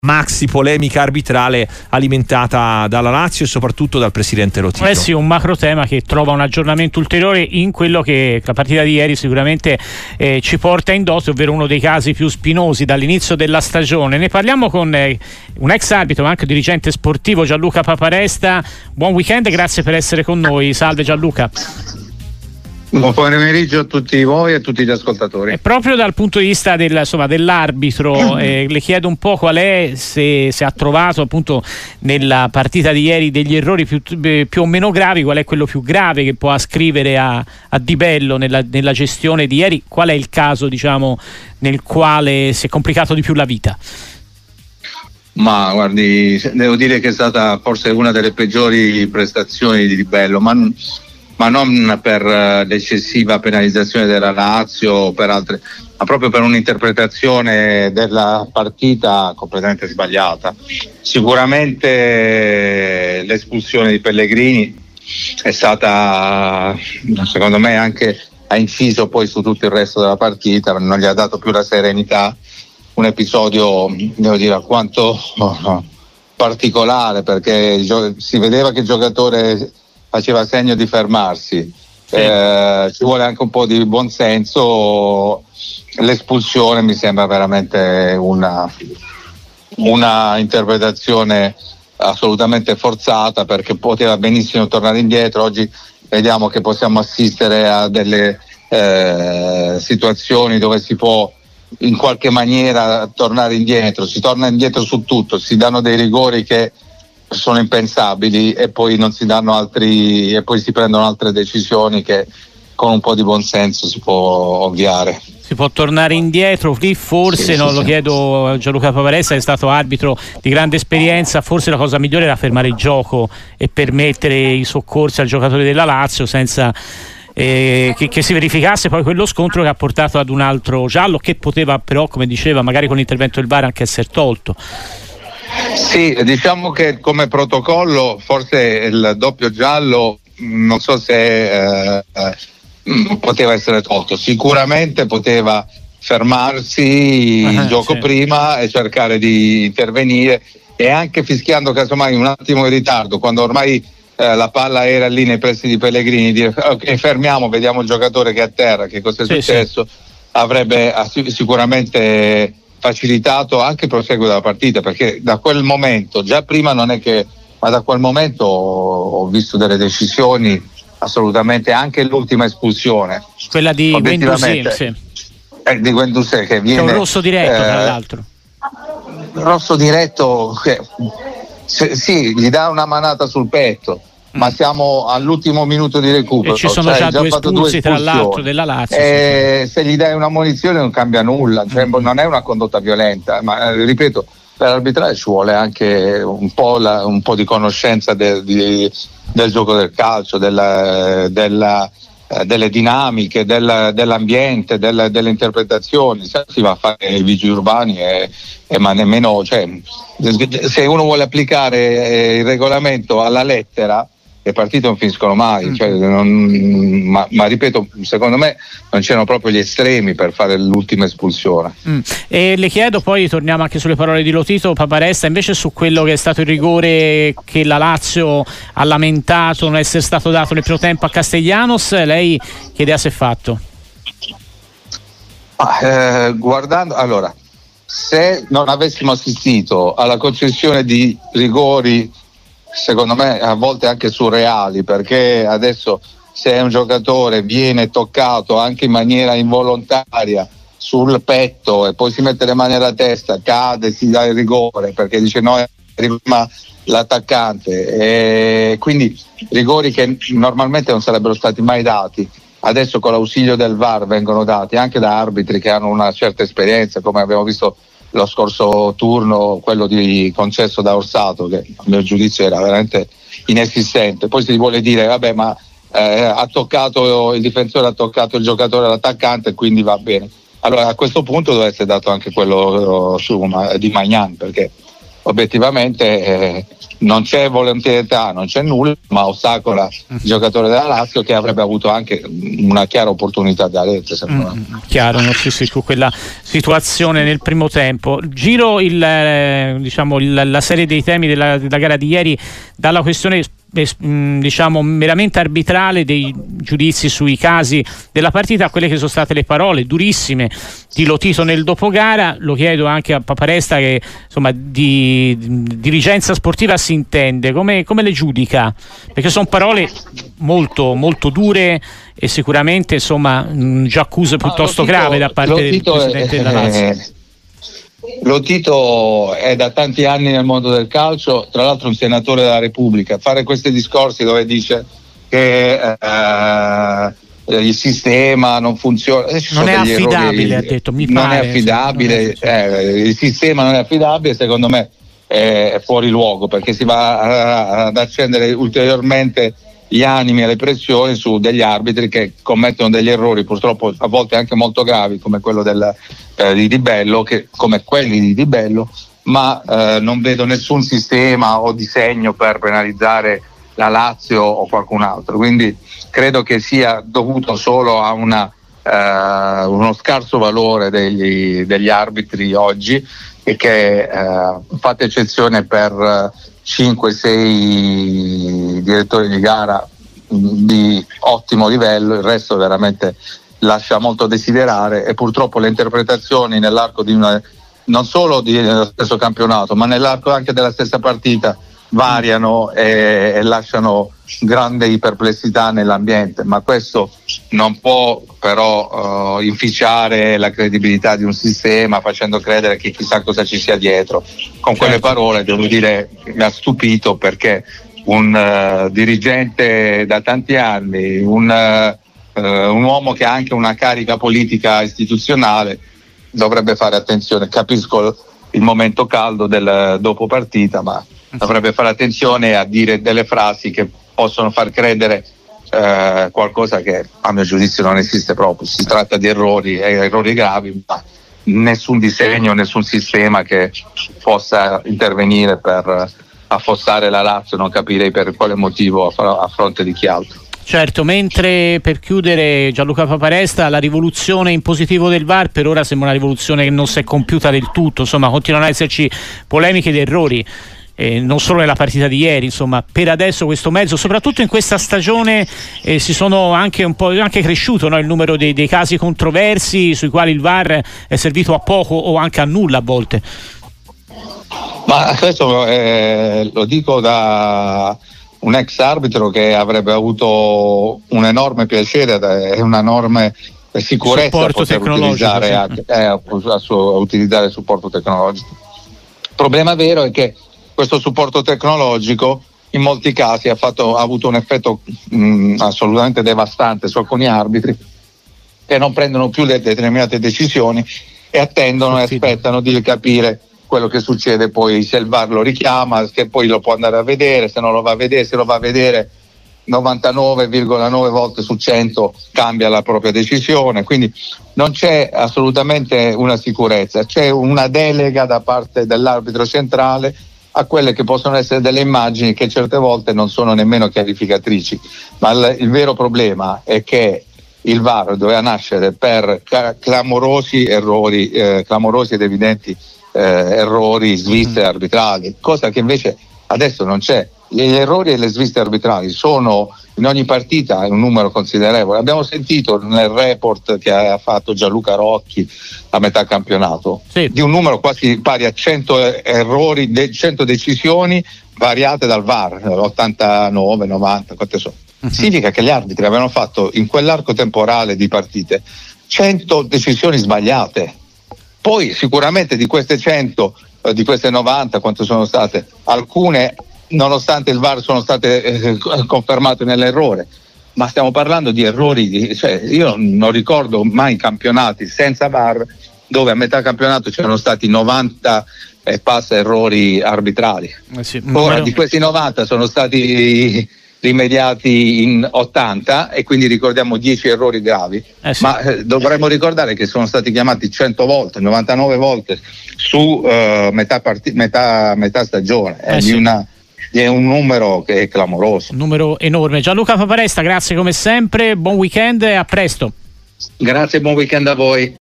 maxi polemica arbitrale alimentata dalla Lazio e soprattutto dal presidente Lotito. Sì, un macro tema che trova un aggiornamento ulteriore in quello che la partita di ieri sicuramente ci porta in dote, ovvero uno dei casi più spinosi dall'inizio della stagione. Ne parliamo con un ex arbitro ma anche dirigente sportivo, Gianluca Paparesta. Buon weekend, grazie per essere con noi. Salve Gianluca. Buon pomeriggio a tutti voi e a tutti gli ascoltatori. E proprio dal punto di vista dell'arbitro, le chiedo un po' qual è, se ha trovato appunto nella partita di ieri degli errori più o meno gravi, qual è quello più grave che può ascrivere a Di Bello nella gestione di ieri, qual è il caso nel quale si è complicato di più la vita? Ma guardi, devo dire che è stata forse una delle peggiori prestazioni di Di Bello, ma non per l'eccessiva penalizzazione della Lazio o per altre, ma proprio per un'interpretazione della partita completamente sbagliata. Sicuramente l'espulsione di Pellegrini è stata, secondo me, ha inciso poi su tutto il resto della partita, non gli ha dato più la serenità. Un episodio, devo dire, alquanto particolare, perché si vedeva che il giocatore faceva segno di fermarsi. Ci vuole anche un po' di buonsenso. L'espulsione mi sembra veramente una interpretazione assolutamente forzata, perché poteva benissimo tornare indietro. Oggi vediamo che possiamo assistere a delle situazioni dove si può in qualche maniera tornare indietro, si torna indietro su tutto, si danno dei rigori che sono impensabili e poi non si danno altri, e poi si prendono altre decisioni che con un po' di buonsenso si può ovviare. Si può tornare indietro, lì forse, lo chiedo a Gianluca Paparesta, che è stato arbitro di grande esperienza, forse la cosa migliore era fermare il gioco e permettere i soccorsi al giocatore della Lazio senza che si verificasse poi quello scontro che ha portato ad un altro giallo, che poteva però, come diceva, magari con l'intervento del VAR anche essere tolto. Sì, diciamo che come protocollo forse il doppio giallo non so se poteva essere tolto, sicuramente poteva fermarsi il gioco prima e cercare di intervenire, e anche fischiando casomai un attimo in ritardo, quando ormai la palla era lì nei pressi di Pellegrini, dire ok, fermiamo, vediamo il giocatore che è a terra, che cosa è successo, avrebbe sicuramente facilitato anche il proseguo della partita, perché da quel momento, già prima non è che, ma da quel momento ho visto delle decisioni assolutamente, anche l'ultima espulsione, quella di Guendouzi, di Guendouzi, che viene un rosso diretto tra l'altro, rosso diretto che sì, gli dà una manata sul petto, ma siamo all'ultimo minuto di recupero e ci sono già due espulsi tra l'altro della Lazio, se gli dai una munizione non cambia nulla, cioè, non è una condotta violenta, ma ripeto, per arbitrare ci vuole anche un po' di conoscenza del gioco del calcio, delle dinamiche, dell'ambiente, delle interpretazioni. Si va a fare i vigili urbani ma nemmeno, cioè, se uno vuole applicare il regolamento alla lettera, le partite non finiscono mai, cioè, ma ripeto, secondo me non c'erano proprio gli estremi per fare l'ultima espulsione. E le chiedo, poi torniamo anche sulle parole di Lotito, Paparesta, invece su quello che è stato il rigore che la Lazio ha lamentato non essere stato dato nel primo tempo a Castellanos, lei che idea si è fatto? Guardando, allora, se non avessimo assistito alla concessione di rigori, secondo me a volte anche surreali, perché adesso se un giocatore viene toccato anche in maniera involontaria sul petto e poi si mette le mani alla testa, cade, si dà il rigore perché dice no, è prima l'attaccante, e quindi rigori che normalmente non sarebbero stati mai dati, adesso con l'ausilio del VAR vengono dati anche da arbitri che hanno una certa esperienza, come abbiamo visto lo scorso turno, quello concesso da Orsato, che a mio giudizio era veramente inesistente. Poi si vuole dire vabbè, ma ha toccato il difensore, ha toccato il giocatore, l'attaccante, quindi va bene. Allora a questo punto deve essere dato anche quello di Maignan, perché obiettivamente non c'è volontarietà, non c'è nulla, ma ostacola il giocatore della Lazio, che avrebbe avuto anche una chiara opportunità da rete, secondo me. Chiaro, no? Sì, su quella situazione nel primo tempo. Giro la serie dei temi della gara di ieri dalla questione diciamo meramente arbitrale, dei giudizi sui casi della partita, a quelle che sono state le parole durissime di Lotito nel dopogara. Lo chiedo anche a Paparesta, che insomma di dirigenza sportiva si intende, come le giudica? Perché sono parole molto molto dure e sicuramente insomma già accuse piuttosto grave da parte del presidente della Lazio. Lotito è da tanti anni nel mondo del calcio, tra l'altro un senatore della Repubblica. Fare questi discorsi dove dice che il sistema non funziona, non è affidabile, ha detto, non è affidabile, il sistema non è affidabile, secondo me è fuori luogo, perché si va ad accendere ulteriormente gli animi e le pressioni su degli arbitri che commettono degli errori, purtroppo a volte anche molto gravi, come quello di Di Bello, come quelli di Di Bello, ma non vedo nessun sistema o disegno per penalizzare la Lazio o qualcun altro, quindi credo che sia dovuto solo a uno scarso valore degli arbitri oggi, e che fate eccezione per 5-6 direttori di gara di ottimo livello, il resto veramente lascia molto desiderare, e purtroppo le interpretazioni nell'arco non solo dello stesso campionato, ma nell'arco anche della stessa partita variano e lasciano grande perplessità nell'ambiente, ma questo non può però inficiare la credibilità di un sistema, facendo credere che chissà cosa ci sia dietro. Con quelle parole, devo dire, mi ha stupito, perché un dirigente da tanti anni, un uomo che ha anche una carica politica istituzionale, dovrebbe fare attenzione. Capisco il momento caldo del dopo partita, ma dovrebbe fare attenzione a dire delle frasi che possono far credere qualcosa che a mio giudizio non esiste proprio. Si tratta di errori gravi, ma nessun disegno, nessun sistema che possa intervenire per affossare la Lazio, non capirei per quale motivo a fronte di chi altro. Certo, mentre per chiudere, Gianluca Paparesta, la rivoluzione in positivo del VAR per ora sembra una rivoluzione che non si è compiuta del tutto, insomma continuano ad esserci polemiche ed errori. Non solo nella partita di ieri, insomma, per adesso questo mezzo, soprattutto in questa stagione, si sono anche cresciuto, no, il numero dei casi controversi sui quali il VAR è servito a poco o anche a nulla a volte. Ma questo lo dico da un ex arbitro che avrebbe avuto un enorme piacere e una enorme sicurezza a poter utilizzare a utilizzare il supporto tecnologico. Il problema vero è che questo supporto tecnologico in molti casi ha avuto un effetto assolutamente devastante su alcuni arbitri, che non prendono più le determinate decisioni e attendono e aspettano di capire quello che succede poi, se il VAR lo richiama, che poi lo può andare a vedere, se non lo va a vedere, se lo va a vedere 99,9 volte su 100 cambia la propria decisione, quindi non c'è assolutamente una sicurezza, c'è una delega da parte dell'arbitro centrale a quelle che possono essere delle immagini che certe volte non sono nemmeno chiarificatrici, ma il vero problema è che il VAR doveva nascere per clamorosi ed evidenti errori, sviste arbitrali, cosa che invece adesso non c'è. Gli errori e le sviste arbitrali sono in ogni partita un numero considerevole. Abbiamo sentito nel report che ha fatto Gianluca Rocchi a metà campionato di un numero quasi pari a 100 errori, 100 decisioni variate dal VAR, 89, 90, quante sono? Significa che gli arbitri avevano fatto in quell'arco temporale di partite 100 decisioni sbagliate. Poi sicuramente di queste 100, di queste 90, quante sono state, alcune nonostante il VAR sono state confermate nell'errore, ma stiamo parlando di errori, io non ricordo mai campionati senza VAR dove a metà campionato c'erano stati 90 e passa errori arbitrali. Ora di questi 90 sono stati rimediati in 80 e quindi ricordiamo 10 errori gravi, sì. ma dovremmo ricordare che sono stati chiamati 100 volte, 99 volte su metà stagione, è un numero che è clamoroso. Un numero enorme. Gianluca Paparesta, grazie come sempre, buon weekend e a presto. Grazie, buon weekend a voi.